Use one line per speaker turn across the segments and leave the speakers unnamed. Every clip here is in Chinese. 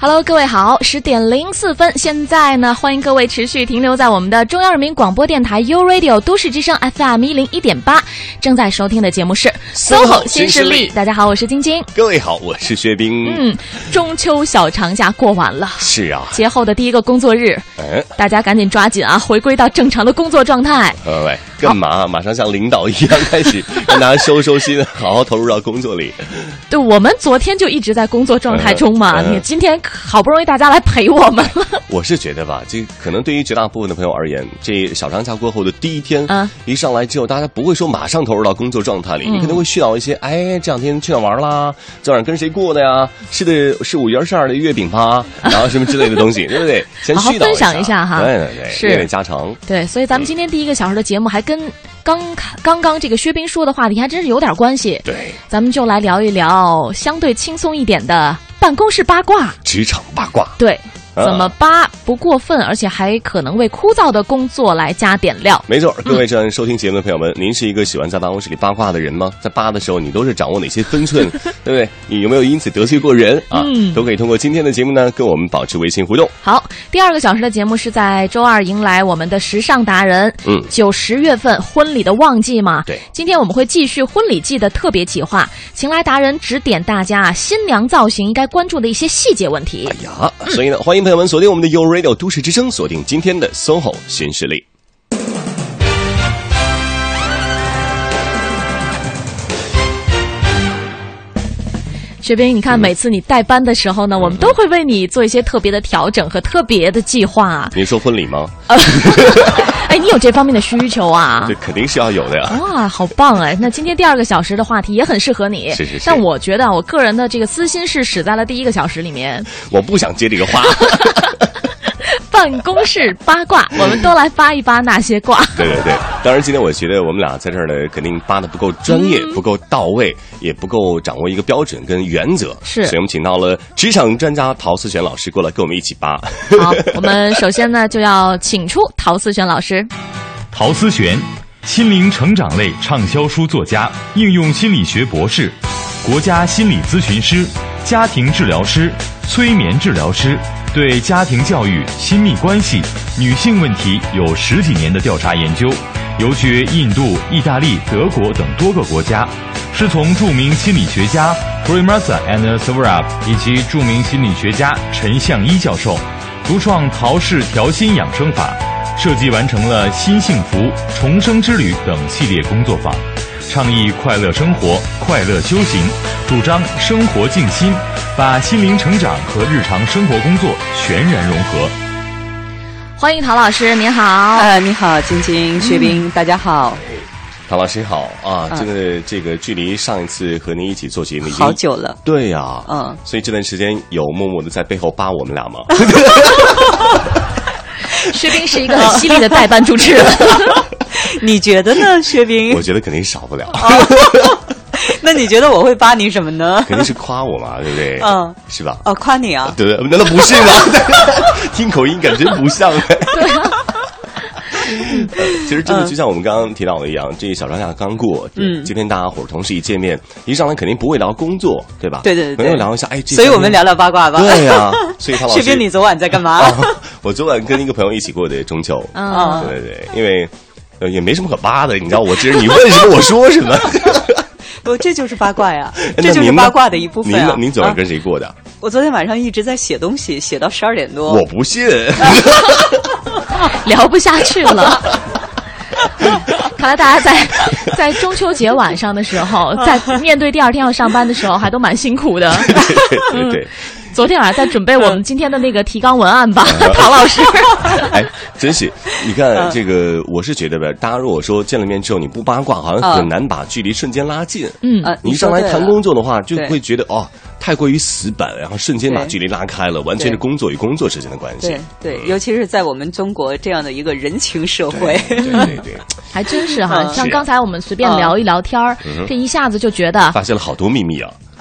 Hello， 各位好，10点04分，现在呢，欢迎各位持续停留在我们的中央人民广播电台 U Radio 都市之声 FM101.8，正在收听的节目是 SOHO 新势力。大家好，我是晶晶。
各位好，我是薛冰。
中秋小长假过完了，
是啊，
节后的第一个工作日，大家赶紧抓紧啊，回归到正常的工作状态。
喂，干嘛？马上像领导一样开始让大家收心，好好投入到工作里。
对，我们昨天就一直在工作状态中嘛，你今天好不容易大家来陪我们了。
我是觉得吧，这可能对于绝大部分的朋友而言，这小长假过后的第一天，一上来之后，大家不会说马上投入到工作状态里，你可能会絮叨一些，这两天去哪玩啦？昨晚跟谁过的呀？是5月22的月饼吧？然后什么之类的东西，对不对？先
好好分享一下哈，
对，练练家常。
对，所以咱们今天第一个小时的节目还跟刚刚这个薛冰说的话题还真是有点关系。
对，
咱们就来聊一聊相对轻松一点的办公室八卦、
职场八卦。
对。怎么扒不过分，而且还可能为枯燥的工作来加点料。
没错，各位正收听节目的朋友们，您是一个喜欢在办公室里八卦的人吗？在扒的时候，你都是掌握哪些分寸，对不对？你有没有因此得罪过人啊？都可以通过今天的节目呢，跟我们保持微信互动。
好，第2个小时的节目是在周二迎来我们的时尚达人，9、10月份婚礼的旺季嘛。
对，
今天我们会继续婚礼季的特别企划，请来达人指点大家新娘造型应该关注的一些细节问题。
哎呀，所以呢，欢迎朋友们锁定我们的 U Radio 都市之声，锁定今天的 SOHO 新势力。
薛冰，你看每次你带班的时候呢，我们都会为你做一些特别的调整和特别的计划啊。
您说婚礼吗？
你有这方面的需求啊？
这肯定是要有的呀。
哇，好棒哎！那今天第2个小时的话题也很适合你。
是。
但我觉得我个人的这个私心是使在了第1个小时里面。
我不想接这个话。
办公室八卦，我们都来扒一扒那些卦。
对，当然今天我觉得我们俩在这儿呢，肯定扒的不够专业，不够到位，也不够掌握一个标准跟原则。
是，
所以我们请到了职场专家陶思璇老师过来跟我们一起扒。
好，我们首先呢就要请出陶思璇老师。
陶思璇，心灵成长类畅销书作家，应用心理学博士，国家心理咨询师，家庭治疗师，催眠治疗师，对家庭教育、亲密关系、女性问题有10几年的调查研究，游学印度、意大利、德国等多个国家，师从著名心理学家 Premasa and Savarap 以及著名心理学家陈向一教授，独创陶氏调心养生法，设计完成了新幸福、重生之旅等系列工作坊，倡议快乐生活、快乐修行，主张生活静心，把心灵成长和日常生活工作全然融合。
欢迎陶老师，您好。
你好，晶晶、薛冰，大家好。
陶老师好啊！真的，这个距离上一次和您一起做节目已经
好久了。
对呀，所以这段时间有默默的在背后扒我们俩吗？
薛冰是一个很犀利的代班主持人。
你觉得呢，薛冰？
我觉得肯定少不了。
那你觉得我会扒你什么呢？
肯定是夸我嘛，对不对？是吧？
夸你啊？
对，难道不是吗？听口音感觉不像。
对啊。
其实真的就像我们刚刚提到的一样，这小长假刚过，今天大家伙同事一见面，一上来肯定不会聊工作，对吧？
对，
没有聊一下，
所以我们聊聊八卦吧。
对呀，所以陶老师，
薛冰，你昨晚在干嘛？
我昨晚跟一个朋友一起过的中秋。对，因为也没什么可扒的，你知道，我只是你问什么我说什么。
不，这就是八卦呀，这就是八卦的一部分啊。
您昨晚跟谁过的？
我昨天晚上一直在写东西，写到12点多。
我不信。
聊不下去了。看来大家在中秋节晚上的时候，在面对第2天要上班的时候，还都蛮辛苦的。
对。
昨天晚上在准备我们今天的那个提纲文案吧，陶老师。
真是，你看这个，我是觉得吧，大家如果说见了面之后你不八卦，好像很难把距离瞬间拉近。你一上来谈工作的话，就会觉得太过于死板，然后瞬间把距离拉开了，完全是工作与工作之间的关系。
对，尤其是在我们中国这样的一个人情社会。
对，
还真是哈。像刚才我们随便聊一聊天儿，这一下子就觉得
发现了好多秘密啊。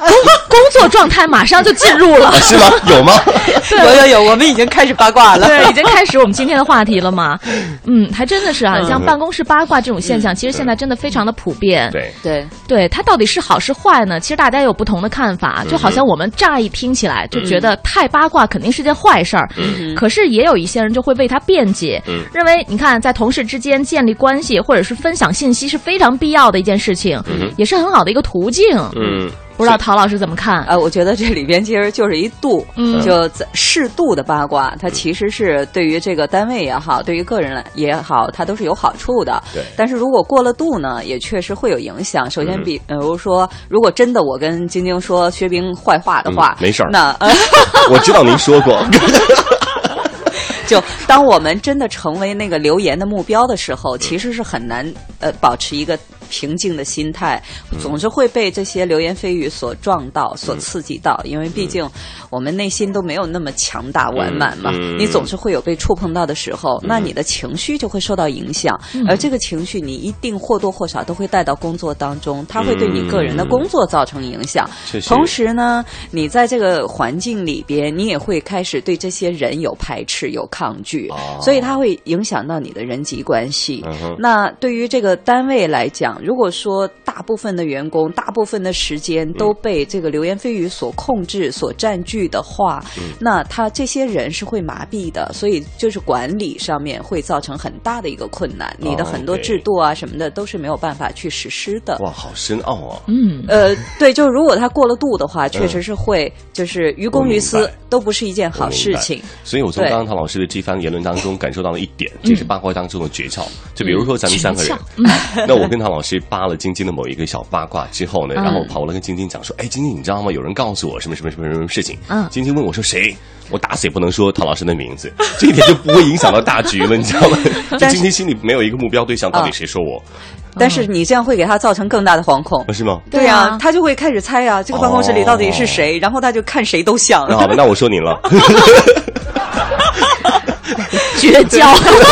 工作状态马上就进入了，
是吗？有吗？
有，我们已经开始八卦了。
对，已经开始我们今天的话题了嘛。还真的是啊，像办公室八卦这种现象，其实现在真的非常的普遍。
对，
它到底是好是坏呢？其实大家有不同的看法。就好像我们乍一听起来就觉得太八卦肯定是件坏事儿，可是也有一些人就会为他辩解，认为你看在同事之间建立关系或者是分享信息是非常必要的一件事情，也是很好的一个途径。不知道陶老师怎么看？
我觉得这里边其实就是一度，就适度的八卦，它其实是对于这个单位也好，对于个人也好，它都是有好处的。
对。
但是如果过了度呢，也确实会有影响。首先，比如说，如果真的我跟晶晶说薛冰坏话的话，
没事儿。
那
我知道您说过。
就当我们真的成为那个留言的目标的时候，其实是很难保持一个平静的心态，总是会被这些流言蜚语所撞到、所刺激到，因为毕竟我们内心都没有那么强大完满嘛，你总是会有被触碰到的时候，那你的情绪就会受到影响，而这个情绪你一定或多或少都会带到工作当中，它会对你个人的工作造成影响。同时呢，你在这个环境里边，你也会开始对这些人有排斥、有抗拒，所以它会影响到你的人际关系。那对于这个单位来讲，如果说大部分的员工、大部分的时间都被这个流言蜚语所控制、所占据的话，那他这些人是会麻痹的，所以就是管理上面会造成很大的一个困难。你的很多制度啊什么的都是没有办法去实施的。
哇，好深奥啊！
对，就是如果他过了度的话，确实是会就是于公于私都不是一件好事情。
所以我从刚刚陶老师的这番言论当中感受到了一点，这是八卦当中的诀窍。就比如说咱们三个人，那我跟陶老师扒了晶晶的某一个小八卦之后呢，然后我跑过来跟晶晶讲说：“哎，晶晶，你知道吗？有人告诉我什么事情。”晶晶问我说：“谁？”我打死也不能说陶老师的名字，这一点就不会影响到大局了，你知道吗？就晶晶心里没有一个目标对象，到底谁说我？
但是你这样会给他造成更大的惶恐，
是吗？
对啊，他就会开始猜啊，这个办公室里到底是谁，然后他就看谁都像。
那好吧，那我说您了，
绝交。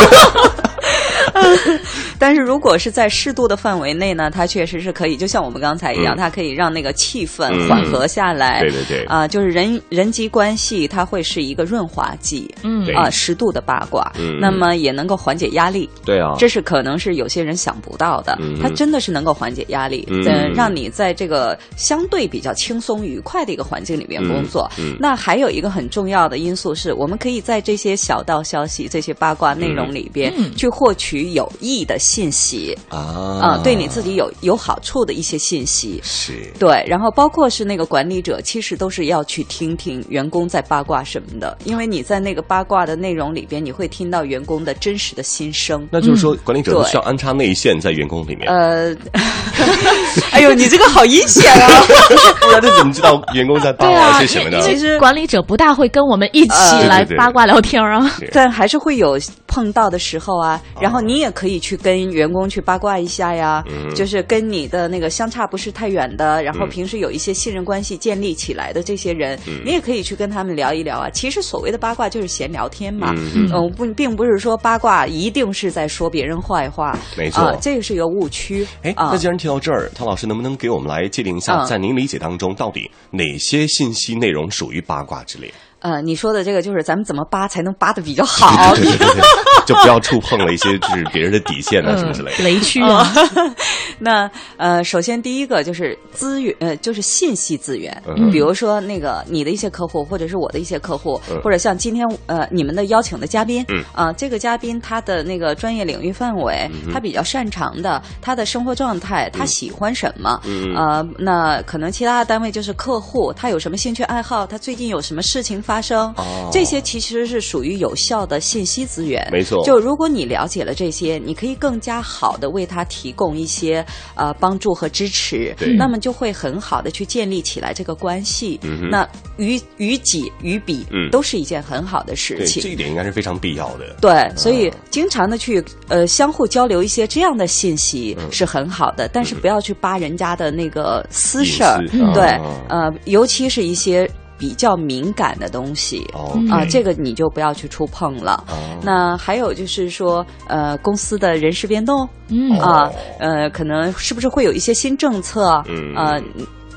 但是如果是在适度的范围内呢，它确实是可以，就像我们刚才一样，它可以让那个气氛缓和下来。
对
就是人际关系，它会是一个润滑剂。适度的八卦，那么也能够缓解压力。
对啊，
这是可能是有些人想不到的。它真的是能够缓解压力，让你在这个相对比较轻松愉快的一个环境里面工作。那还有一个很重要的因素是，我们可以在这些小道消息、这些八卦内容里边去获取有益的信息对你自己有好处的一些信息。
是
对，然后包括是那个管理者，其实都是要去听听员工在八卦什么的，因为你在那个八卦的内容里边，你会听到员工的真实的心声。
那就是说，管理者需要安插内线在员工里面。
哎呦，你这个好阴险啊！
不然他怎么知道员工在八卦些什么呢？
其实管理者不大会跟我们一起来八卦聊天啊，
但还是会有碰到的时候啊。然后你也可以去跟员工去八卦一下呀，就是跟你的那个相差不是太远的，然后平时有一些信任关系建立起来的这些人，你也可以去跟他们聊一聊啊。其实所谓的八卦就是闲聊天嘛，并不是说八卦一定是在说别人坏话，
没错，
这个是一个误区。
那既然提到这儿，陶老师能不能给我们来界定一下，在您理解当中，到底哪些信息内容属于八卦之列？
你说的这个就是咱们怎么扒才能扒得比较好，
对，就不要触碰了一些就是别人的底线啊什么之类的
雷区啊。
那首先第一个就是资源，就是信息资源，比如说那个你的一些客户，或者是我的一些客户，或者像今天你们的邀请的嘉宾，这个嘉宾他的那个专业领域范围，他比较擅长的，他的生活状态，他喜欢什么，那可能其他的单位就是客户，他有什么兴趣爱好，他最近有什么事情发生，这些其实是属于有效的信息资源。
没错，
就如果你了解了这些，你可以更加好的为他提供一些帮助和支持，那么就会很好的去建立起来这个关系。那于己于彼都是一件很好的事情。
这一点应该是非常必要的。
对，所以经常的去相互交流一些这样的信息是很好的，但是不要去扒人家的那个私事儿。对，尤其是一些比较敏感的东西这个你就不要去触碰了。那还有就是说公司的人事变动可能是不是会有一些新政策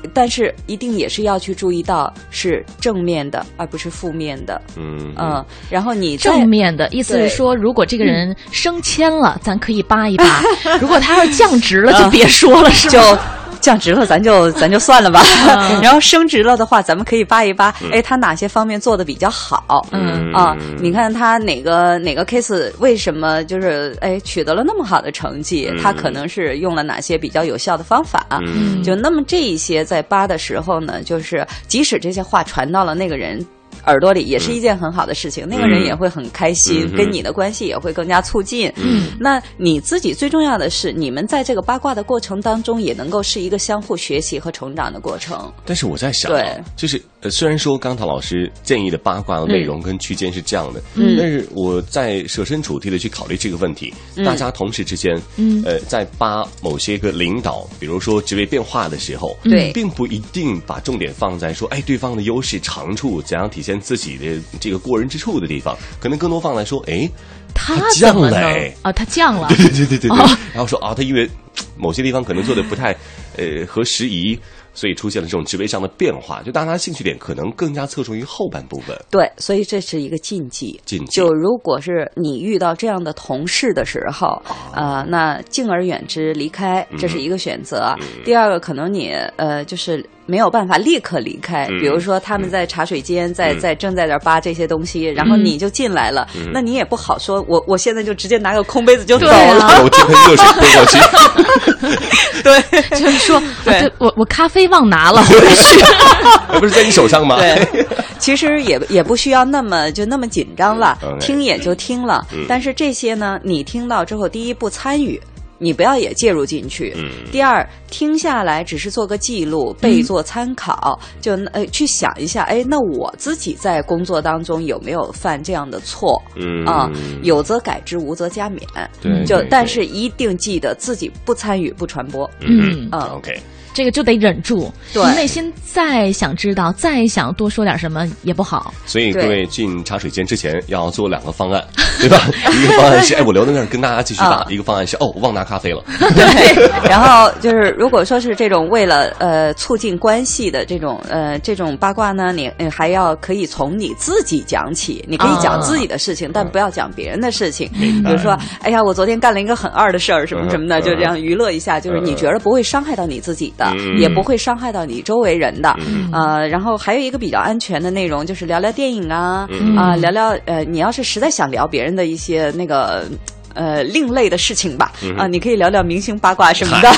但是一定也是要去注意到是正面的，而不是负面的。然后你
正面的意思是说，如果这个人升迁了，咱可以扒一扒；如果他要是降职了，就别说了，是吧？
降职了，咱就算了吧。然后升职了的话，咱们可以扒一扒，他哪些方面做的比较好？你看他哪个 case 为什么就是取得了那么好的成绩？他可能是用了哪些比较有效的方法？就那么这一些在扒的时候呢，就是即使这些话传到了那个人耳朵里，也是一件很好的事情，那个人也会很开心，跟你的关系也会更加促进。那你自己最重要的是，你们在这个八卦的过程当中，也能够是一个相互学习和成长的过程。
但是我在想，就是虽然说刚才老师建议的八卦的内容跟区间是这样的，但是我在设身处地的去考虑这个问题，大家同事之间，在扒某些个领导，比如说职位变化的时候，并不一定把重点放在说，对方的优势长处怎样体现自己的这个过人之处的地方，可能更多放在说，他降了
他降了，
对，然后说他因为某些地方可能做的不太合时宜，所以出现了这种职位上的变化，就大家兴趣点可能更加侧重于后半部分。
对，所以这是一个禁忌。就如果是你遇到这样的同事的时候，那敬而远之，离开，这是一个选择。第二个，可能你就是没有办法立刻离开，比如说他们在茶水间正在这扒这些东西，然后你就进来了，那你也不好说我现在就直接拿个空杯子就走了，
我这盆热水泼过去。
对，
就是说，我咖啡忘拿了，回去，
不是在你手上吗？
对，其实也不需要那么紧张了，听也就听了。但是这些呢，你听到之后，第一不参与。你不要也介入进去。第二，听下来只是做个记录，备做参考，就去想一下，那我自己在工作当中有没有犯这样的错？有则改之，无则加勉。但是一定记得自己不参与，不传播。
OK。
这个就得忍住，你内心再想知道，再想多说点什么也不好。
所以各位进茶水间之前要做2个方案，对吧？一个方案是我留在那儿跟大家继续打，一个方案是我忘拿咖啡了。
对，然后就是如果说是这种为了促进关系的这种八卦呢，你还要可以从你自己讲起，你可以讲自己的事情，但不要讲别人的事情。比如说，我昨天干了一个很二的事儿，什么什么的，就这样娱乐一下，就是你觉得不会伤害到你自己的。也不会伤害到你周围人的。然后还有一个比较安全的内容，就是聊聊电影聊聊你要是实在想聊别人的一些那个另类的事情吧，你可以聊聊明星八卦什么的。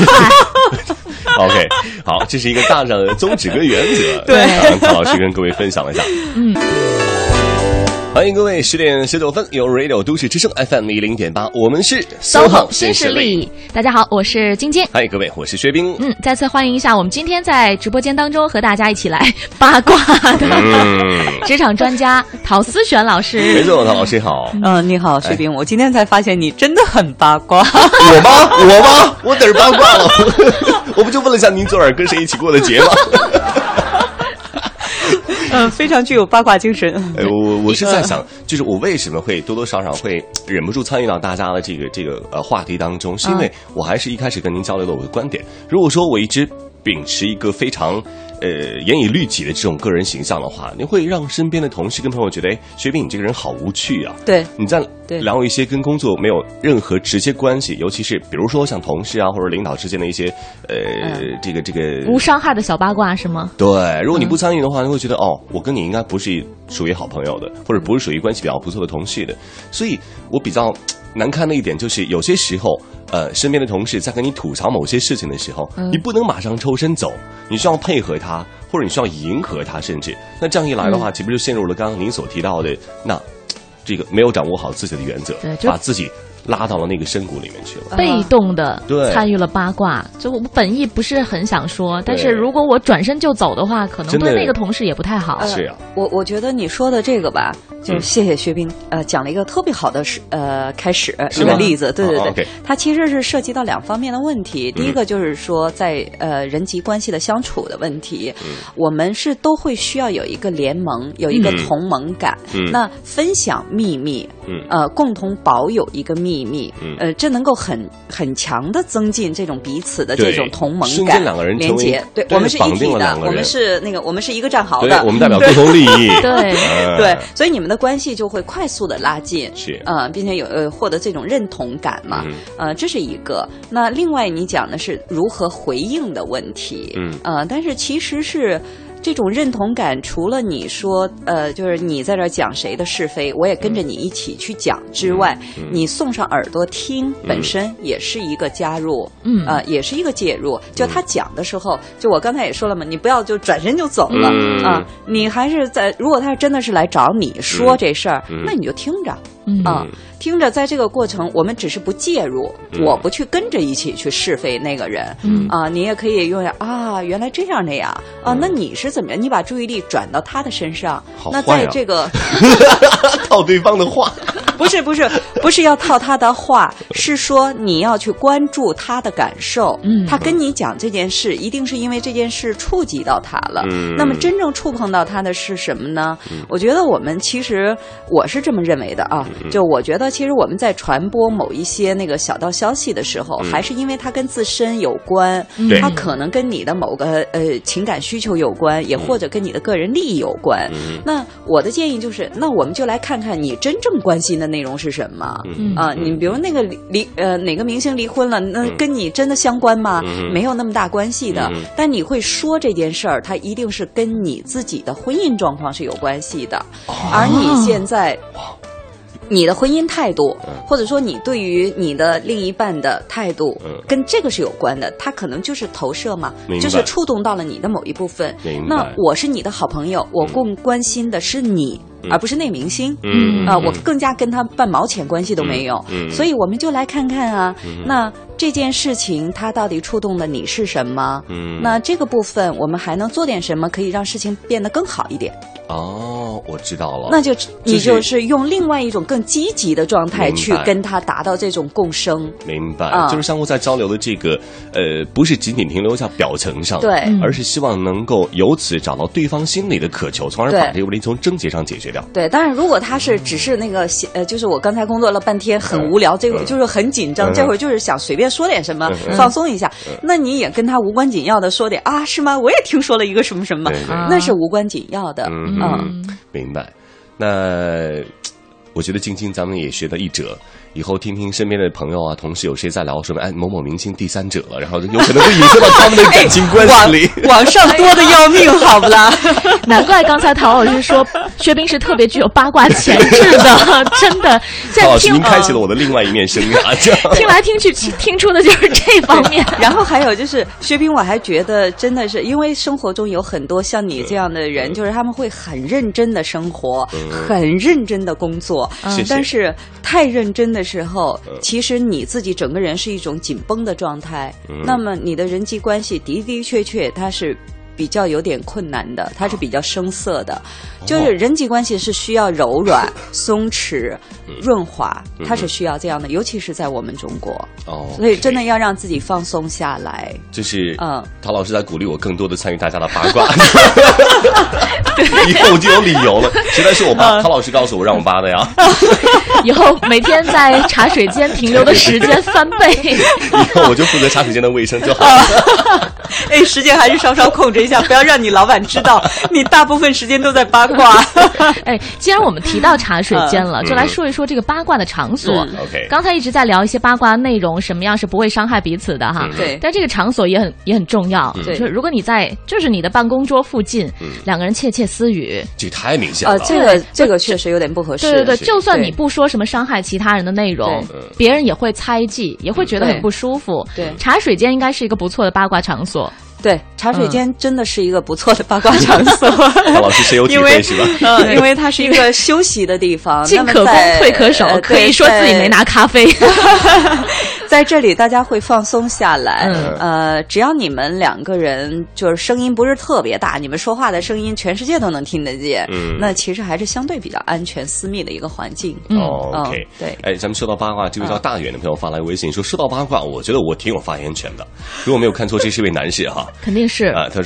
OK， 好，这是一个大上的宗旨跟原则。
对，
曹老师跟各位分享了一下。欢迎各位10点19分，由 Radio 都市之声 FM 100.8，我们是
SOHO 新势力。大家好，我是晶晶。
嗨，各位，我是薛冰。
再次欢迎一下我们今天在直播间当中和大家一起来八卦的职场专家陶思璇老师。
没错，陶老师好。
你好，薛冰。我今天才发现你真的很八卦。
我吗？我哪儿八卦了？我不就问了一下您昨晚跟谁一起过的节吗？
非常具有八卦精神。
我是在想，就是我为什么会多多少少会忍不住参与到大家的这个话题当中，是因为我还是一开始跟您交流了我的观点。如果说我一直秉持一个非常严以律己的这种个人形象的话，你会让身边的同事跟朋友觉得，薛冰你这个人好无趣啊。
对，
你在聊一些跟工作没有任何直接关系，尤其是比如说像同事啊或者领导之间的一些这个
无伤害的小八卦是吗？
对，如果你不参与的话，你会觉得我跟你应该不是属于好朋友的，或者不是属于关系比较不错的同事的。所以我比较难看的一点就是有些时候身边的同事在跟你吐槽某些事情的时候，你不能马上抽身走，你需要配合他，或者你需要迎合他，甚至那这样一来的话，岂不就陷入了刚刚您所提到的那这个没有掌握好自己的原则，把自己拉到了那个深谷里面去了，
被动的参与了八卦。就我本意不是很想说，但是如果我转身就走的话，可能对那个同事也不太好。
是啊，
我觉得你说的这个吧，就是谢谢薛冰讲了一个特别好的开始一个例子。对，它其实是涉及到2方面的问题。第一个就是说在人际关系的相处的问题，我们是都会需要有一个联盟，有一个同盟感，那分享秘密，共同保有一个秘秘密，这能够很强的增进这种彼此的这种同盟
瞬
感，
间两个人
连接。对，我们是一体的，我们是一个战壕的，
我们代表共同利益。
对，所以你们的关系就会快速的拉近，
是
并且获得这种认同感嘛，这是一个。那另外你讲的是如何回应的问题，但是其实是。这种认同感，除了你说，就是你在这儿讲谁的是非，我也跟着你一起去讲之外，你送上耳朵听，本身也是一个加入，也是一个介入。就他讲的时候，就我刚才也说了嘛，你不要就转身就走了啊，你还是在，如果他真的是来找你说这事儿，那你就听着啊。听着，在这个过程，我们只是不介入，我不去跟着一起去是非那个人，你也可以用原来这样那样啊，那你是怎么样？你把注意力转到他的身上，那在这个
套对方的话。
不是要套他的话，是说你要去关注他的感受。他跟你讲这件事，一定是因为这件事触及到他了。那么真正触碰到他的是什么呢？我觉得我是这么认为的啊。就我觉得，其实我们在传播某一些那个小道消息的时候，还是因为它跟自身有关，它可能跟你的某个情感需求有关，也或者跟你的个人利益有关。那我的建议就是，那我们就来看看你真正关心的内容是什么啊？你比如那个哪个明星离婚了，那跟你真的相关吗？没有那么大关系的。但你会说这件事儿，它一定是跟你自己的婚姻状况是有关系的。而你现在你的婚姻态度，或者说你对于你的另一半的态度，跟这个是有关的。它可能就是投射嘛，就是触动到了你的某一部分。那我是你的好朋友，我更关心的是你，而不是那明星。我更加跟他半毛钱关系都没有。所以我们就来看看啊，那这件事情它到底触动的你是什么？那这个部分我们还能做点什么，可以让事情变得更好一点？
哦，我知道了。
那就你就是用另外一种更积极的状态去跟他达到这种共生。
明白，就是相互在交流的这个不是仅仅停留在表层上，
对，
而是希望能够由此找到对方心里的渴求，从而把这个问题从症结上解决掉。
对，当然如果他是只是那个就是我刚才工作了半天很无聊，这会儿就是很紧张，这会儿就是想随便说点什么放松一下，那你也跟他无关紧要的说点啊，是吗？我也听说了一个什么什么，那是无关紧要的。
明白。那我觉得晶晶咱们也学到一辙，以后听听身边的朋友啊、同事有谁在聊什么，某某明星第三者了，然后有可能会引申到他们的感情关系里。
网上多的要命，好不啦？
难怪刚才陶老师说薛冰是特别具有八卦潜质的，真的。
陶老师，您开启了我的另外一面生涯。
听来听去，听出的就是这方面。
然后还有就是薛冰，我还觉得真的是，因为生活中有很多像你这样的人，就是他们会很认真的生活，很认真的工作，但是太认真的时候，其实你自己整个人是一种紧绷的状态，那么你的人际关系的的确确它是比较有点困难的，它是比较生涩的，就是人际关系是需要柔软、松弛、润滑，它是需要这样的，尤其是在我们中国。所以真的要让自己放松下来。
就是陶老师在鼓励我更多的参与大家的八卦。以后我就有理由了，实在是我爸陶老师告诉我让我扒的呀。
以后每天在茶水间停留的时间翻倍。
以后我就负责茶水间的卫生就好了。
时间还是稍稍控制一下，不要让你老板知道你大部分时间都在八卦。
既然我们提到茶水间了，就来说一说这个八卦的场所。刚才一直在聊一些八卦内容，什么样是不会伤害彼此的哈。
对。
但这个场所也很重要。就是如果你在就是你的办公桌附近，两个人窃窃私语，
这太明显了。
这个确实有点不合适。
对，就算你不说什么伤害其他人的内容，别人也会猜忌，也会觉得很不舒服。
对，
茶水间应该是一个不错的八卦场所。
对，茶水间真的是一个不错的八卦场所。
陶老师深有体会是吧？
因为它是一个休息的地方，
进可攻退可守，可以说自己没拿咖啡。
在这里大家会放松下来，只要你们两个人就是声音不是特别大，你们说话的声音全世界都能听得见，那其实还是相对比较安全私密的一个环境。
OK，
对。
咱们说到八卦，这位叫大远的朋友发来微信说，说到八卦，我觉得我挺有发言权的。如果没有看错，这是一位男士哈。
肯定是
他说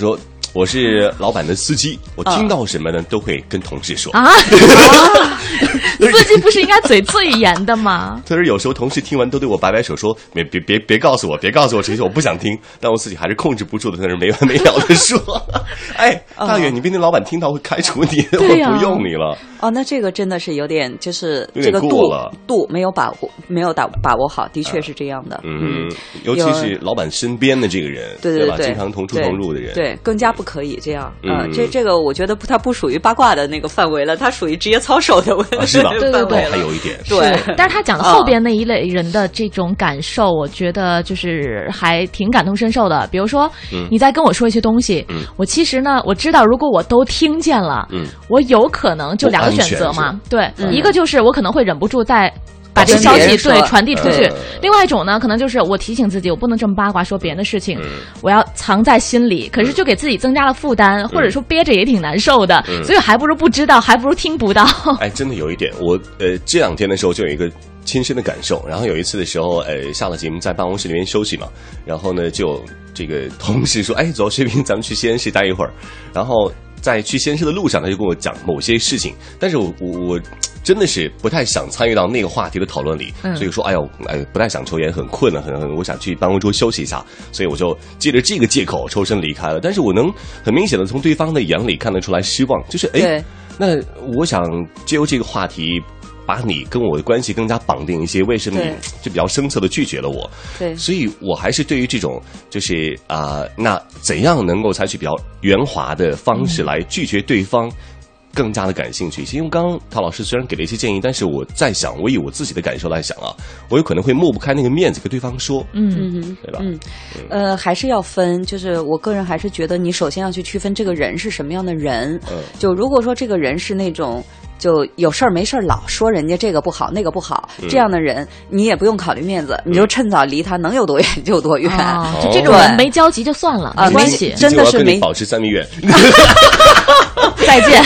我是老板的司机，我听到什么呢，都会跟同事说。
司机不是应该嘴最严的吗？
但是有时候同事听完都对我摆摆手说：“别告诉我，别告诉我这些，我不想听。”但我自己还是控制不住的，在那没完没了的说：“哎，大远，你别那老板听到会开除你，我不用你了。”
哦，那这个真的是有点，就是
这个
度没有把握好，的确是这样的。
尤其是老板身边的这个人，对吧？经常同出同入的人，
对，更加不可以这样。这个我觉得它不属于八卦的那个范围了，它属于职业操守的问题。
是吧？
对，
还有一点。
对，
但是他讲的后边那一类人的这种感受，我觉得就是还挺感同身受的。比如说，你在跟我说一些东西，我其实呢，我知道如果我都听见了，我有可能就两个选择嘛。对，一个就是我可能会忍不住再把这个消息传递出去，另外一种呢，可能就是我提醒自己，我不能这么八卦说别人的事情，我要藏在心里，可是就给自己增加了负担，或者说憋着也挺难受的，所以还不如不知道，还不如听不到。
哎，真的有一点，我这两天的时候就有一个亲身的感受，然后有一次的时候，下了节目在办公室里面休息嘛，然后呢就这个同事说，哎，走，薛平，咱们去西安市待一会儿，然后在去西安市的路上，他就跟我讲某些事情，但是我真的是不太想参与到那个话题的讨论里，所以说，不太想抽烟，很困了，我想去办公桌休息一下，所以我就借着这个借口抽身离开了。但是我能很明显的从对方的眼里看得出来失望，就是那我想借由这个话题，把你跟我的关系更加绑定一些，为什么你就比较生涩的拒绝了我？
对，
所以我还是对于这种就是那怎样能够采取比较圆滑的方式来拒绝对方，更加的感兴趣。因为刚刚陶老师虽然给了一些建议，但是我在想，我以我自己的感受来想我有可能会抹不开那个面子跟对方说，对吧？
还是要分，就是我个人还是觉得你首先要去区分这个人是什么样的人。就如果说这个人是那种就有事儿没事儿老说人家这个不好那个不好，这样的人你也不用考虑面子，你就趁早离他能有多远就多远。
就这种人没交集就算了，没关系，
真的是没保持3米远。
再见。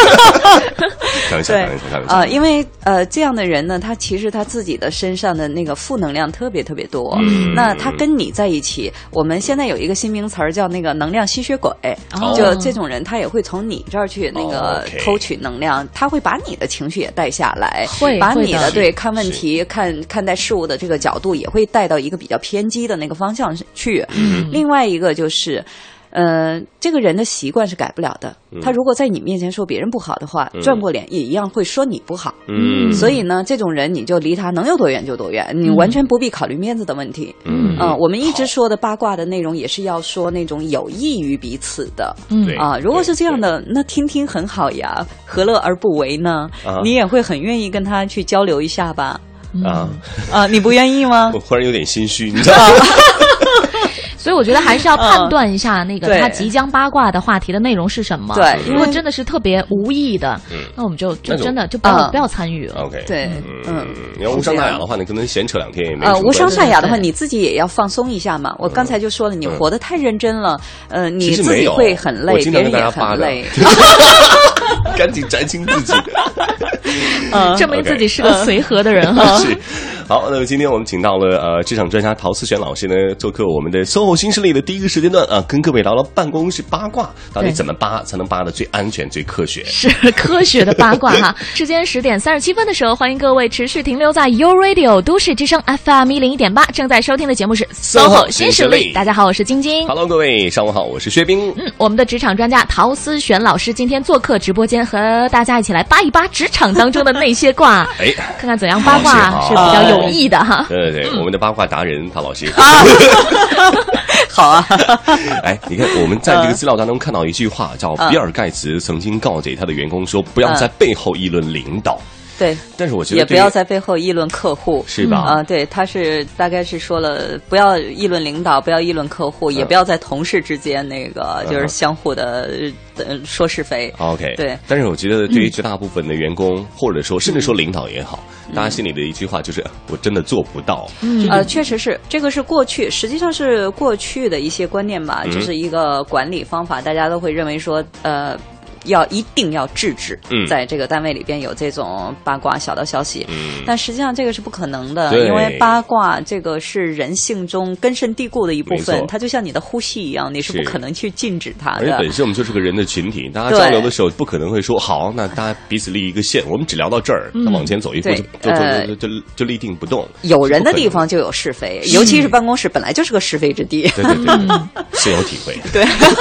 对
因为这样的人呢，他其实他自己的身上的那个负能量特别特别多。那他跟你在一起，我们现在有一个新名词儿叫那个能量吸血鬼。就这种人，他也会从你这儿去那个偷取能量，他会把你的情绪也带下来，把你的对看问题、看待事物的这个角度也会带到一个比较偏激的那个方向去。另外一个就是这个人的习惯是改不了的。他如果在你面前说别人不好的话，转过脸也一样会说你不好。所以呢，这种人你就离他能有多远就多远，你完全不必考虑面子的问题。我们一直说的八卦的内容也是要说那种有益于彼此的。如果是这样的，那听听很好呀，何乐而不为呢？你也会很愿意跟他去交流一下吧？你不愿意吗？
我忽然有点心虚，你知道吗？
所以我觉得还是要判断一下那个他即将八卦的话题的内容是什么。
对，
如果真的是特别无意的，那我们就真的就不要参与了。
OK，
对，
你要无伤大雅的话，你可能闲扯2天也没。
无伤大雅的话，你自己也要放松一下嘛。我刚才就说了，你活得太认真了，你自己会很累，别人也很累。
赶紧摘清自己，
证明自己是个随和的人哈。
是。好，那么今天我们请到了职场专家陶思璇老师呢，做客我们的 SOHO 新势力的第一个时间段跟各位聊聊办公室八卦，到底怎么扒才能扒得最安全、最科学？
是科学的八卦哈。时间10点37分的时候，欢迎各位持续停留在 You Radio 都市之声 FM 101.8，正在收听的节目是 SOHO 新势力。大家好，我是晶晶。
Hello， 各位上午好，我是薛冰。
我们的职场专家陶思璇老师今天做客直播间，和大家一起来扒一扒职场当中的那些卦，看看怎样八卦是比较有益的哈。
对，我们的八卦达人陶老师。
好啊。
你看我们在这个资料当中看到一句话，叫比尔盖茨曾经告诫他的员工说，不要在背后议论领导。
对，
但是我觉得
也不要在背后议论客户，
是吧？
对，他是大概是说了，不要议论领导，不要议论客户，也不要在同事之间那个就是相互的说是非。
OK，
对。
但是我觉得对于绝大部分的员工，或者说甚至说领导也好，大家心里的一句话就是我真的做不到。
确实是，这个是过去，实际上是过去的一些观念吧，就是一个管理方法，大家都会认为说一定要制止，在这个单位里边有这种八卦小道消息。但实际上这个是不可能的，因为八卦这个是人性中根深蒂固的一部分，它就像你的呼吸一样，你是不可能去禁止它的。
而且本身我们就是个人的群体，大家交流的时候不可能会说好，那大家彼此立一个线，我们只聊到这儿，那往前走一步就立定不动。有
人的地方就有是非，尤其是办公室本来就是个是非之地。
对对对，深有体会。
对，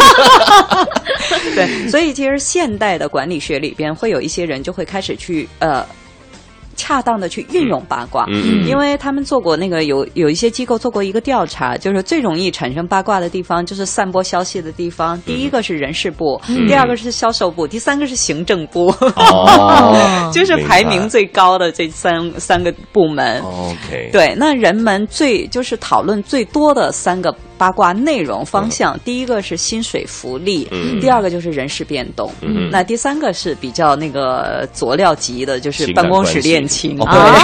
对，所以其实现代的管理学里边会有一些人就会开始去恰当的去运用八卦，因为他们做过那个有一些机构做过一个调查，就是最容易产生八卦的地方，就是散播消息的地方。第一个是人事部，第二个是销售部，第三个是行政部，就是排名最高的这三个部门。
OK，
对，那人们就是讨论最多的三个八卦内容方向，第一个是薪水福利，第二个就是人事变动，那第三个是比较那个佐料级的，就是办公室恋情。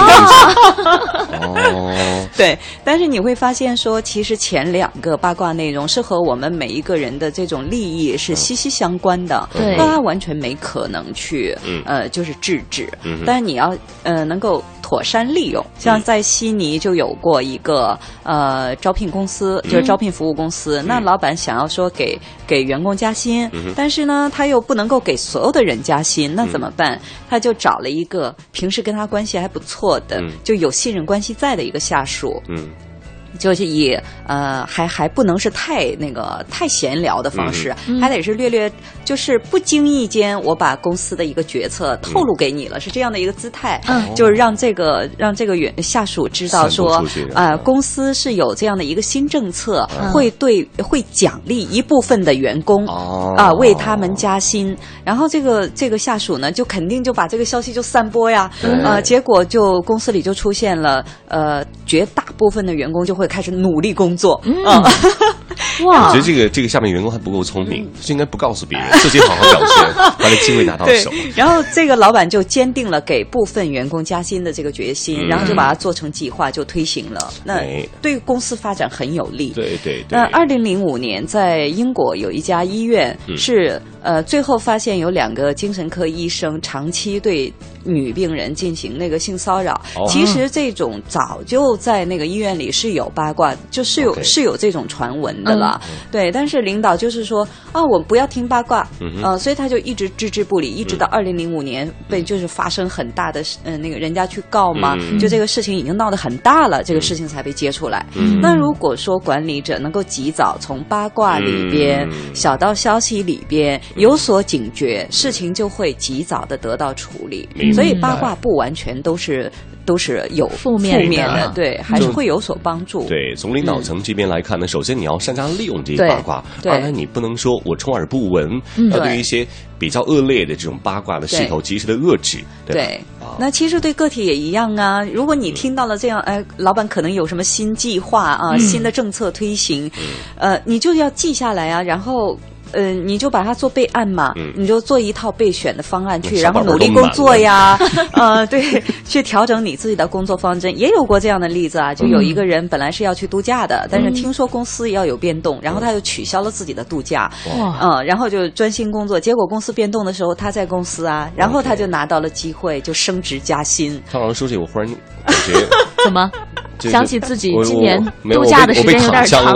对，但是你会发现说，其实前两个八卦内容是和我们每一个人的这种利益是息息相关的，大家完全没可能去就是制止，但是你要能够妥善利用。像在悉尼就有过一个招聘公司，就是招聘服务公司，那老板想要说给员工加薪，但是呢他又不能够给所有的人加薪，那怎么办？他就找了一个平时跟他关系还不错的，就有信任关系在的一个下属，就是以还不能是太闲聊的方式，还得是略就是不经意间我把公司的一个决策透露给你了，是这样的一个姿态，就是让这个下属知道说公司是有这样的一个新政策，会奖励一部分的员工为他们加薪，然后这个下属呢就肯定就把这个消息就散播呀，结果就公司里就出现了绝大部分的员工就会开始努力工作。
哇！我觉得这个下面员工还不够聪明，就应该不告诉别人，自己好好表现，把这机会拿到手。
然后这个老板就坚定了给部分员工加薪的这个决心，然后就把它做成计划，就推行了。那对公司发展很有利。
对。
那2005年在英国有一家医院是最后发现有2个精神科医生长期对女病人进行那个性骚扰。其实这种早就在那个医院里是有八卦，就是有这种传闻的了。对，但是领导就是说我不要听八卦，所以他就一直置之不理，一直到2005年就是发生很大的那个人家去告嘛，就这个事情已经闹得很大了，这个事情才被揭出来。那如果说管理者能够及早从八卦里边、小道消息里边有所警觉，事情就会及早的得到处理。所以八卦不完全都是有负面的，对，还是会有所帮助。
对，从领导层这边来看呢，首先你要善加利用这些八卦，二来你不能说我充耳不闻，要对于一些比较恶劣的这种八卦的势头及时的遏制。对，
那其实对个体也一样啊。如果你听到了这样，老板可能有什么新计划啊，新的政策推行，你就要记下来啊，然后。你就把它做备案嘛，你就做一套备选的方案去，然后努力工作呀，对，去调整你自己的工作方针。也有过这样的例子啊，就有一个人本来是要去度假的，但是听说公司要有变动，然后他就取消了自己的度假，然后就专心工作。结果公司变动的时候，他在公司啊，然后他就拿到了机会，就升职加薪。
汤老师说这，我忽然感觉
怎么？想起自己今年度假的时间有点长，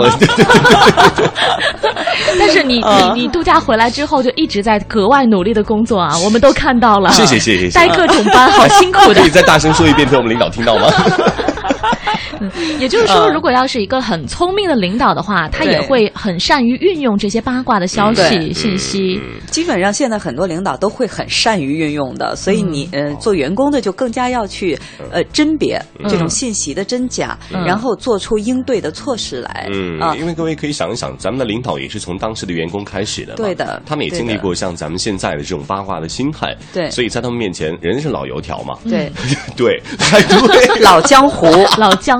但是你度假回来之后就一直在格外努力的工作啊，我们都看到了。
谢谢。
带各种班，好辛苦的。
可以再大声说一遍，被我们领导听到吗？
也就是说，如果要是一个很聪明的领导的话，他也会很善于运用这些八卦的消息信息。
基本上现在很多领导都会很善于运用的，所以你做员工的就更加要去甄别这种信息的真假，然后做出应对的措施来。
因为各位可以想一想，咱们的领导也是从当时的员工开始的嘛，
对的，
他们也经历过像咱们现在的这种八卦的心态，
对，
所以在他们面前，人是老油条嘛，
对
对，太对，
老江湖，
老江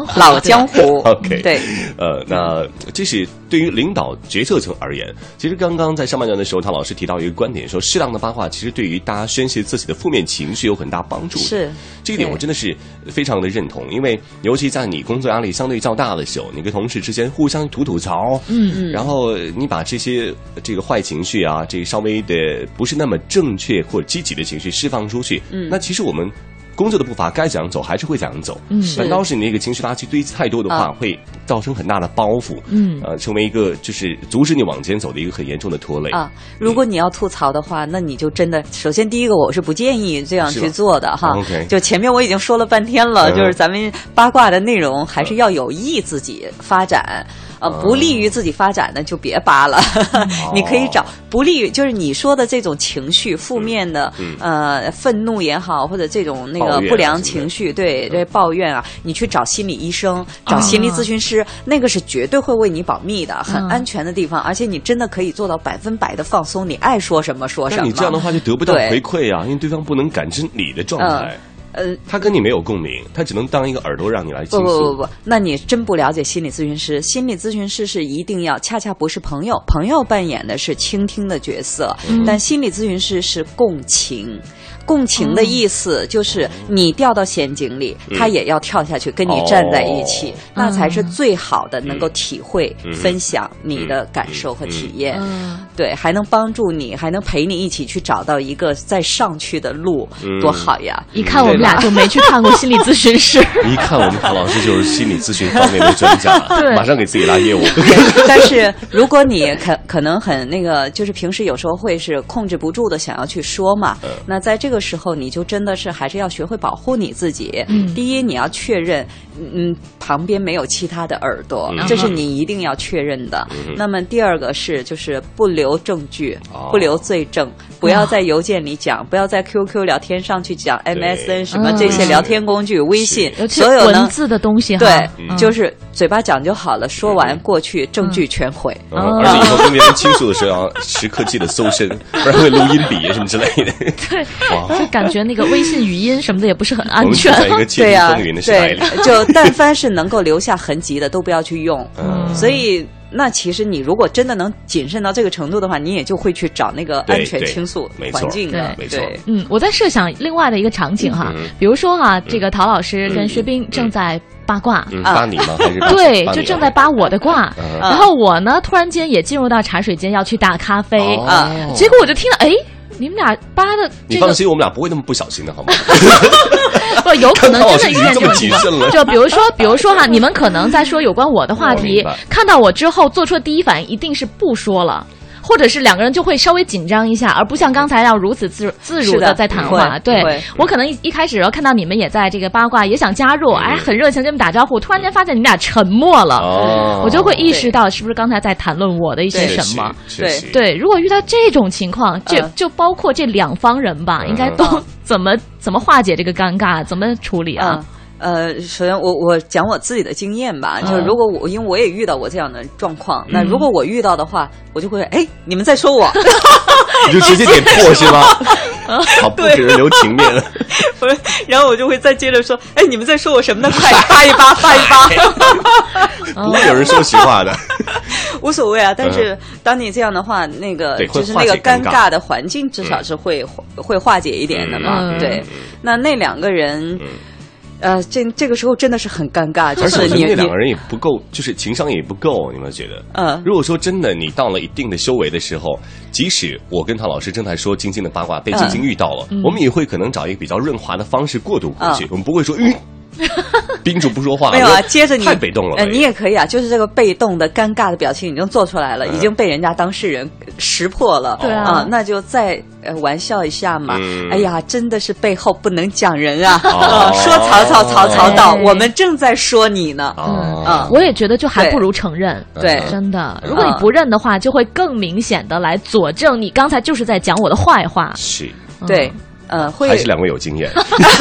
老江湖。
OK，
对，
那这是对于领导决策层而言。其实刚刚在上半段的时候，唐老师提到一个观点，说适当的八卦其实对于大家宣泄自己的负面情绪有很大帮助。
是
这一点，我真的是非常的认同。因为尤其在你工作压力相对较大的时候，你跟同事之间互相吐槽，然后你把这个坏情绪啊，这个稍微的不是那么正确或积极的情绪释放出去，那其实我们工作的步伐该怎样走还是会怎样走，反倒是你那个情绪垃圾堆积太多的话，会造成很大的包袱，成为一个就是阻止你往前走的一个很严重的拖累
啊。如果你要吐槽的话，那你就真的首先第一个我是不建议这样去做的哈。就前面我已经说了半天了，就是咱们八卦的内容还是要有益自己发展。不利于自己发展的就别扒了，你可以找不利于，就是你说的这种情绪负面的，愤怒也好，或者这种那个不良情绪，对，这抱怨啊，你去找心理医生，找心理咨询师，那个是绝对会为你保密的，很安全的地方，而且你真的可以做到100%的放松，你爱说什么说什么。
那你这样的话就得不到回馈啊，因为对方不能感知你的状态。他跟你没有共鸣，他只能当一个耳朵让你来倾诉。
不，那你真不了解心理咨询师。心理咨询师是一定要，恰恰不是朋友，朋友扮演的是倾听的角色，但心理咨询师是共情。共情的意思就是你掉到陷阱里，他也要跳下去跟你站在一起，那才是最好的，能够体会、分享你的感受和体验。对，还能帮助你，还能陪你一起去找到一个再上去的路，多好呀！
一看我们俩就没去看过心理咨询师，
一看我们唐老师就是心理咨询方面的专家，马上给自己拉业务。
但是如果你可能很那个，就是平时有时候会是控制不住的想要去说嘛，那在这个时候你就真的是还是要学会保护你自己。第一，你要确认旁边没有其他的耳朵，这是你一定要确认的。那么第二个是就是不留证据，不留罪证，不要在邮件里讲，不要在 QQ 聊天上去讲 MSN 什么这些聊天工具，微信所有
文字的东西哈，
对，就是嘴巴讲就好了，说完过去证据全毁。
而且以后跟别人倾诉的时候要时刻记得搜身，不然会录音笔什么之类的。
对，就感觉那个微信语音什么的也不是很安全。
在一个窃听风云的时代里，
就但凡是能够留下痕迹的都不要去用。所以那其实你如果真的能谨慎到这个程度的话，你也就会去找那个安全倾诉环境的。
没错。
我在设想另外的一个场景哈，比如说哈，这个陶老师跟薛冰正在八卦，
扒你吗？还是
对，就正在扒我的卦。然后我呢，突然间也进入到茶水间要去打咖啡结果我就听到你们俩扒的
你放心，我们俩不会那么不小心的，好吗？
不，有可能真的遇见这种情况。就比如说哈，你们可能在说有关我的话题，看到我之后做出的第一反应一定是不说了。或者是两个人就会稍微紧张一下，而不像刚才要如此自如的在谈话。对，我可能一开始看到你们也在这个八卦，也想加入，很热情跟你们打招呼，突然间发现你们俩沉默了，我就会意识到是不是刚才在谈论我的一些什么。对，如果遇到这种情况，就包括这两方人吧，应该都怎么化解这个尴尬，怎么处理啊？
首先我讲我自己的经验吧，就是如果因为我也遇到过这样的状况，那如果我遇到的话，我就会你们在说我，
你就直接点破是吗？好，不给人留情面了。
不是，然后我就会再接着说，你们在说我什么呢？快扒一扒，扒一扒。
不会有人说实话的，
无所谓啊。但是当你这样的话，那个就是那个尴尬的环境，至少是会化解一点的嘛。对，那两个人。这个时候真的是很尴尬，就是
那两个人也不够，就是情商也不够，你们觉得？如果说真的你到了一定的修为的时候，即使我跟唐老师正在说晶晶的八卦被晶晶遇到了，我们也会可能找一个比较润滑的方式过渡过去，我们不会说宾主不说话。
没有啊，接着你
太被动了。
你也可以啊，就是这个被动的尴尬的表情已经做出来了，已经被人家当事人识破了。
对啊，
那就再玩笑一下嘛。哎呀，真的是背后不能讲人啊！说曹到，我们正在说你呢。
我也觉得就还不如承认。
对，
真的，如果你不认的话，就会更明显的来佐证你刚才就是在讲我的坏话。
是，
对，会
还是两位有经验。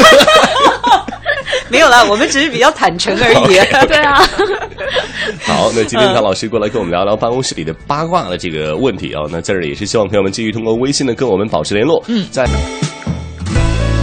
没有啦，我们只是比较坦诚而已。
对啊。
好，那今天唐老师过来跟我们聊聊办公室里的八卦的这个问题啊。那在这里也是希望朋友们继续通过微信呢跟我们保持联络。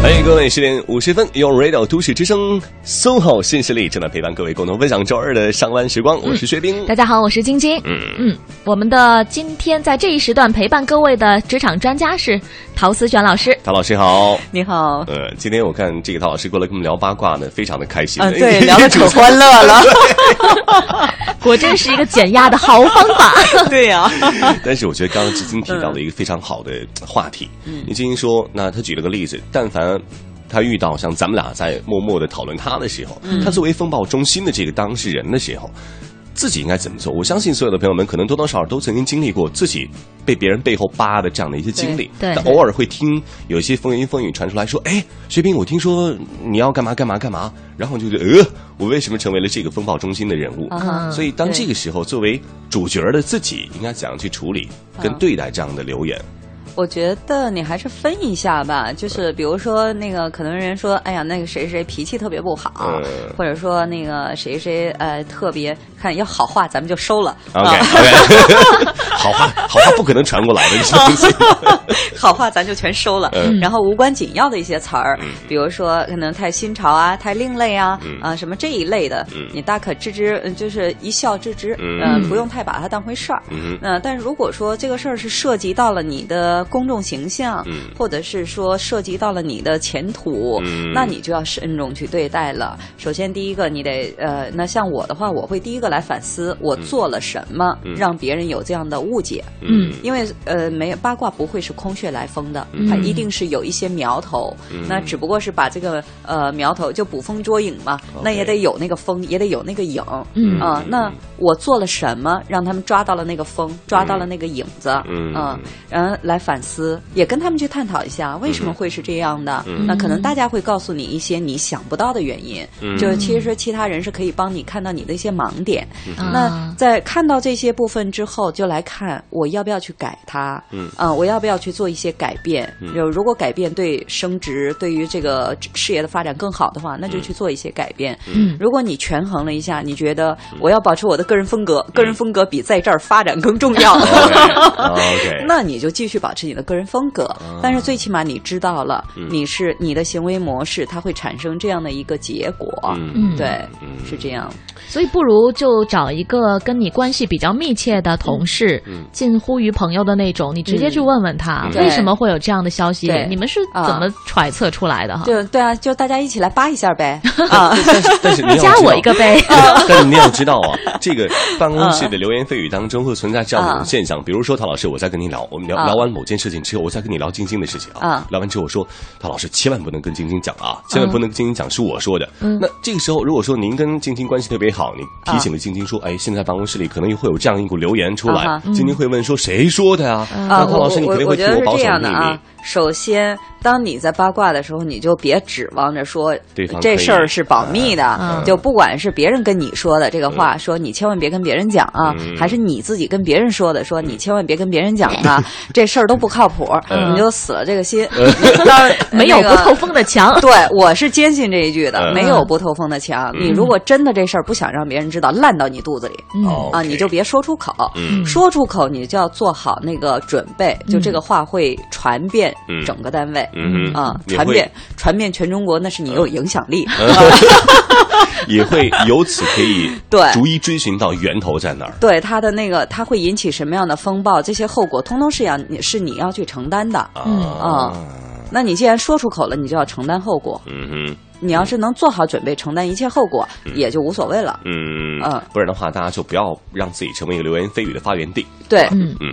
嘿，各位，10点50分，用 Radio 都市之声 SOHO 新势力正在陪伴各位共同分享周二的上班时光。我是薛冰，
大家好，我是晶晶。我们的今天在这一时段陪伴各位的职场专家是陶思璇老师。
陶老师好，
你好。
今天我看这个陶老师过来跟我们聊八卦呢，非常的开心。
对，聊得可欢乐了。
果真是一个减压的好方法。
对呀。
但是我觉得刚刚晶晶提到了一个非常好的话题。你晶晶说，那他举了个例子，但凡他遇到像咱们俩在默默的讨论他的时候，他作为风暴中心的这个当事人的时候，自己应该怎么做？我相信所有的朋友们可能多多少少都曾经经历过自己被别人背后扒的这样的一些经历，
对，
但偶尔会听有一些风言风语传出来说，哎，薛冰，我听说你要干嘛干嘛干嘛，然后就觉得我为什么成为了这个风暴中心的人物？所以当这个时候，作为主角的自己应该怎样去处理跟对待这样的留言？
我觉得你还是分一下吧，就是比如说那个可能人说，哎呀，那个谁谁脾气特别不好，或者说那个谁谁特别看要好话，咱们就收了。
OK， 好话不可能传过来的，
好话咱就全收了。然后无关紧要的一些词儿，比如说可能太新潮啊、太另类啊什么这一类的，你大可置之，就是一笑置之，不用太把它当回事儿。但是如果说这个事儿是涉及到了你的公众形象，或者是说涉及到了你的前途，那你就要慎重去对待了。首先第一个，你得那像我的话，我会第一个来反思我做了什么，让别人有这样的误解。因为八卦不会是空穴来风的，它一定是有一些苗头。那只不过是把这个苗头就捕风捉影嘛，那也得有那个风，也得有那个影。那我做了什么，让他们抓到了那个风，抓到了那个影子，然后来反思，也跟他们去探讨一下为什么会是这样的。那可能大家会告诉你一些你想不到的原因，就是其实其他人是可以帮你看到你的一些盲点。那在看到这些部分之后，就来看我要不要去改它，我要不要去做一些改变。如果改变对升职、对于这个事业的发展更好的话，那就去做一些改变。如果你权衡了一下，你觉得我要保持我的个人风格，个人风格比在这儿发展更重要，那你就继续保持你的个人风格。但是最起码你知道了，你的行为模式，它会产生这样的一个结果。对，是这样。
所以不如就找一个跟你关系比较密切的同事，近乎于朋友的那种，你直接去问问他为什么会有这样的消息，你们是怎么揣测出来的？
对啊，就大家一起来扒一下呗。
但是你要
加我一个呗。
但是你要知道啊，这个办公室的流言蜚语当中会存在这样的一种现象，比如说陶老师，我在跟你聊，我们聊完某件事情之后，我再跟你聊晶晶的事情聊完之后我说，陶老师千万不能跟晶晶讲啊，千万不能跟晶晶讲是我说的。那这个时候如果说您跟晶晶关系特别好，你提醒了晶晶说，哎，现在办公室里可能会有这样一股流言出来，晶晶会问说谁说的啊？那陶老师你肯定会替我保守秘密。
首先，当你在八卦的时候，你就别指望着说这事儿是保密的，就不管是别人跟你说的这个话，说你千万别跟别人讲啊，还是你自己跟别人说的，说你千万别跟别人讲啊，这事儿都不靠谱，你就死了这个心。
没有不透风的墙。
对，我是坚信这一句的，没有不透风的墙。你如果真的这事儿不想让别人知道，烂到你肚子里你就别说出口。说出口你就要做好那个准备，就这个话会传遍整个单位，传遍全中国，那是你有影响力，
也会由此可以逐一追寻到源头在哪儿。
对，它的那个它会引起什么样的风暴，这些后果通通是你要去承担的。那你既然说出口了，你就要承担后果。你要是能做好准备，承担一切后果，也就无所谓了。
不然的话，大家就不要让自己成为一个流言蜚语的发源地。
对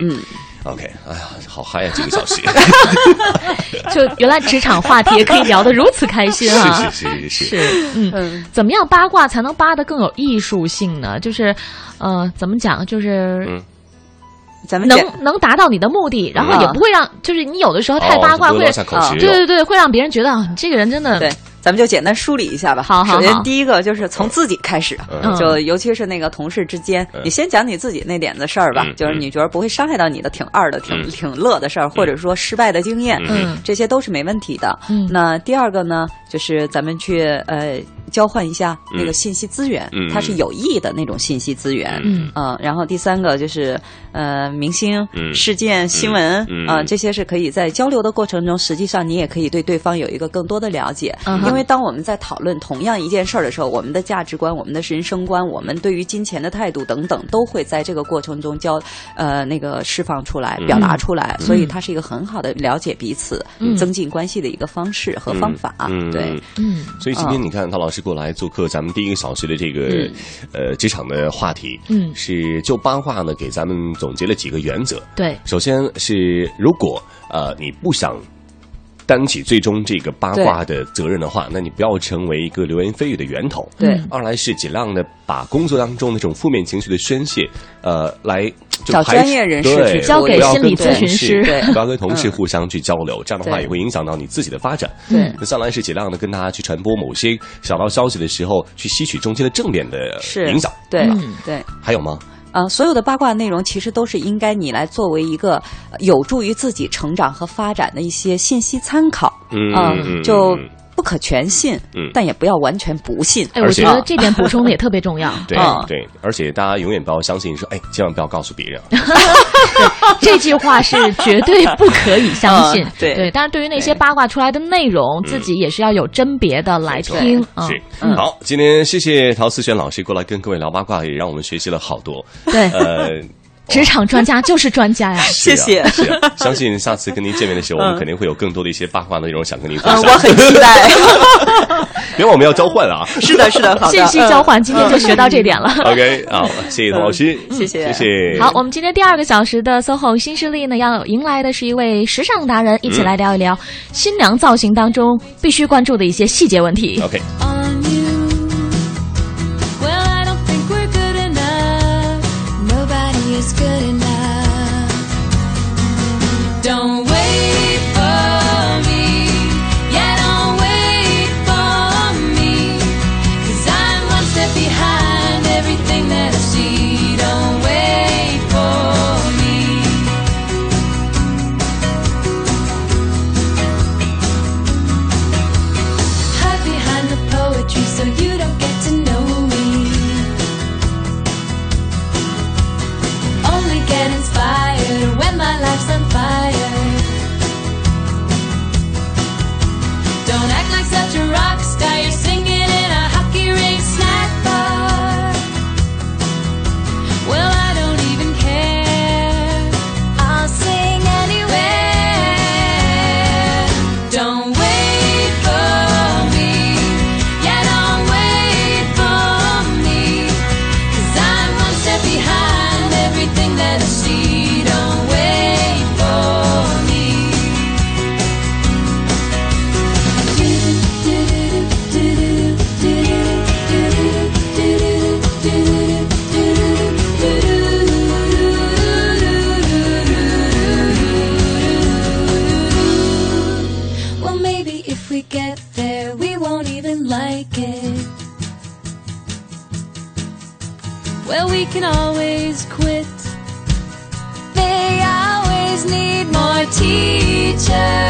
，OK， 哎呀，好嗨呀，几个小时。
就原来职场话题也可以聊得如此开心啊！
是，
怎么样八卦才能扒得更有艺术性呢？就是怎么讲？就是
咱们
能达到你的目的，然后也不会让，就是你有的时候太八卦会，对，会让别人觉得你这个人真的
对。咱们就简单梳理一下吧。
好。
首先第一个就是从自己开始，就尤其是那个同事之间，你先讲你自己那点子事儿吧，就是你觉得不会伤害到你的，挺二的，挺乐的事儿，或者说失败的经验，这些都是没问题的。那第二个呢，就是咱们去交换一下那个信息资源，它是有益的那种信息资源。然后第3个就是明星、事件、新闻这些是可以在交流的过程中，实际上你也可以对对方有一个更多的了解。因为当我们在讨论同样一件事儿的时候，我们的价值观、我们的人生观、我们对于金钱的态度等等，都会在这个过程中那个释放出来、表达出来，所以它是一个很好的了解彼此、增进关系的一个方式和方法。对，
所以今天你看陶老师过来做客，咱们第1个小时的这个职场的话题，是就八卦呢给咱们总结了几个原则。
对，
首先是如果你不想担起最终这个八卦的责任的话，那你不要成为一个流言蜚语的源头。
对，
二来是尽量的把工作当中那种负面情绪的宣泄，来
找专业人士去
交给心理咨询师，
不要跟同事互相去交流，这样的话也会影响到你自己的发展。
对，
那3来是尽量的跟大家去传播某些小道消息的时候，去吸取中间的正面的影响。
对，对，
还有吗？
所有的八卦内容其实都是应该你来作为一个有助于自己成长和发展的一些信息参考。就不可全信，但也不要完全不信。
我觉得这点补充的也特别重要。
对，而且大家永远不要相信说，千万不要告诉别人。
这句话是绝对不可以相信。
对，
但是对于那些八卦出来的内容，自己也是要有甄别的来听。
是，好，今天谢谢陶思璇老师过来跟各位聊八卦，也让我们学习了好多。
对，职场专家就是专家呀！
谢谢。
相信下次跟您见面的时候，我们肯定会有更多的一些八卦内容想跟您分享。
我很期待。
因为我们要交换啊。
是的，好的。
信息交换，今天就学到这点了。
OK， 好，谢谢陶老师，
谢谢。
好，我们今天第2个小时的 SOHO 新势力呢，要迎来的是一位时尚达人，一起来聊一聊新娘造型当中必须关注的一些细节问题。
OK。
Is good enough. Don't wait for me. Yeah, don't wait for me. 'Cause I'm one step behind everything that I see. Don't wait for me. Hide behind the poetry so you don't get to know me. Get inspired when my life's on fire. Don't act like such a rock star. You're singing in a hockey rink snack bar. Well, I don't even care. I'll sing anywhere. Don't wait for me. Yeah, don't wait for me. 'Cause I'm one step behind everything that I see. Don't wait for me. Well, maybe if we get there, we won't even like it. Well, we can always quit. They always need more teachers.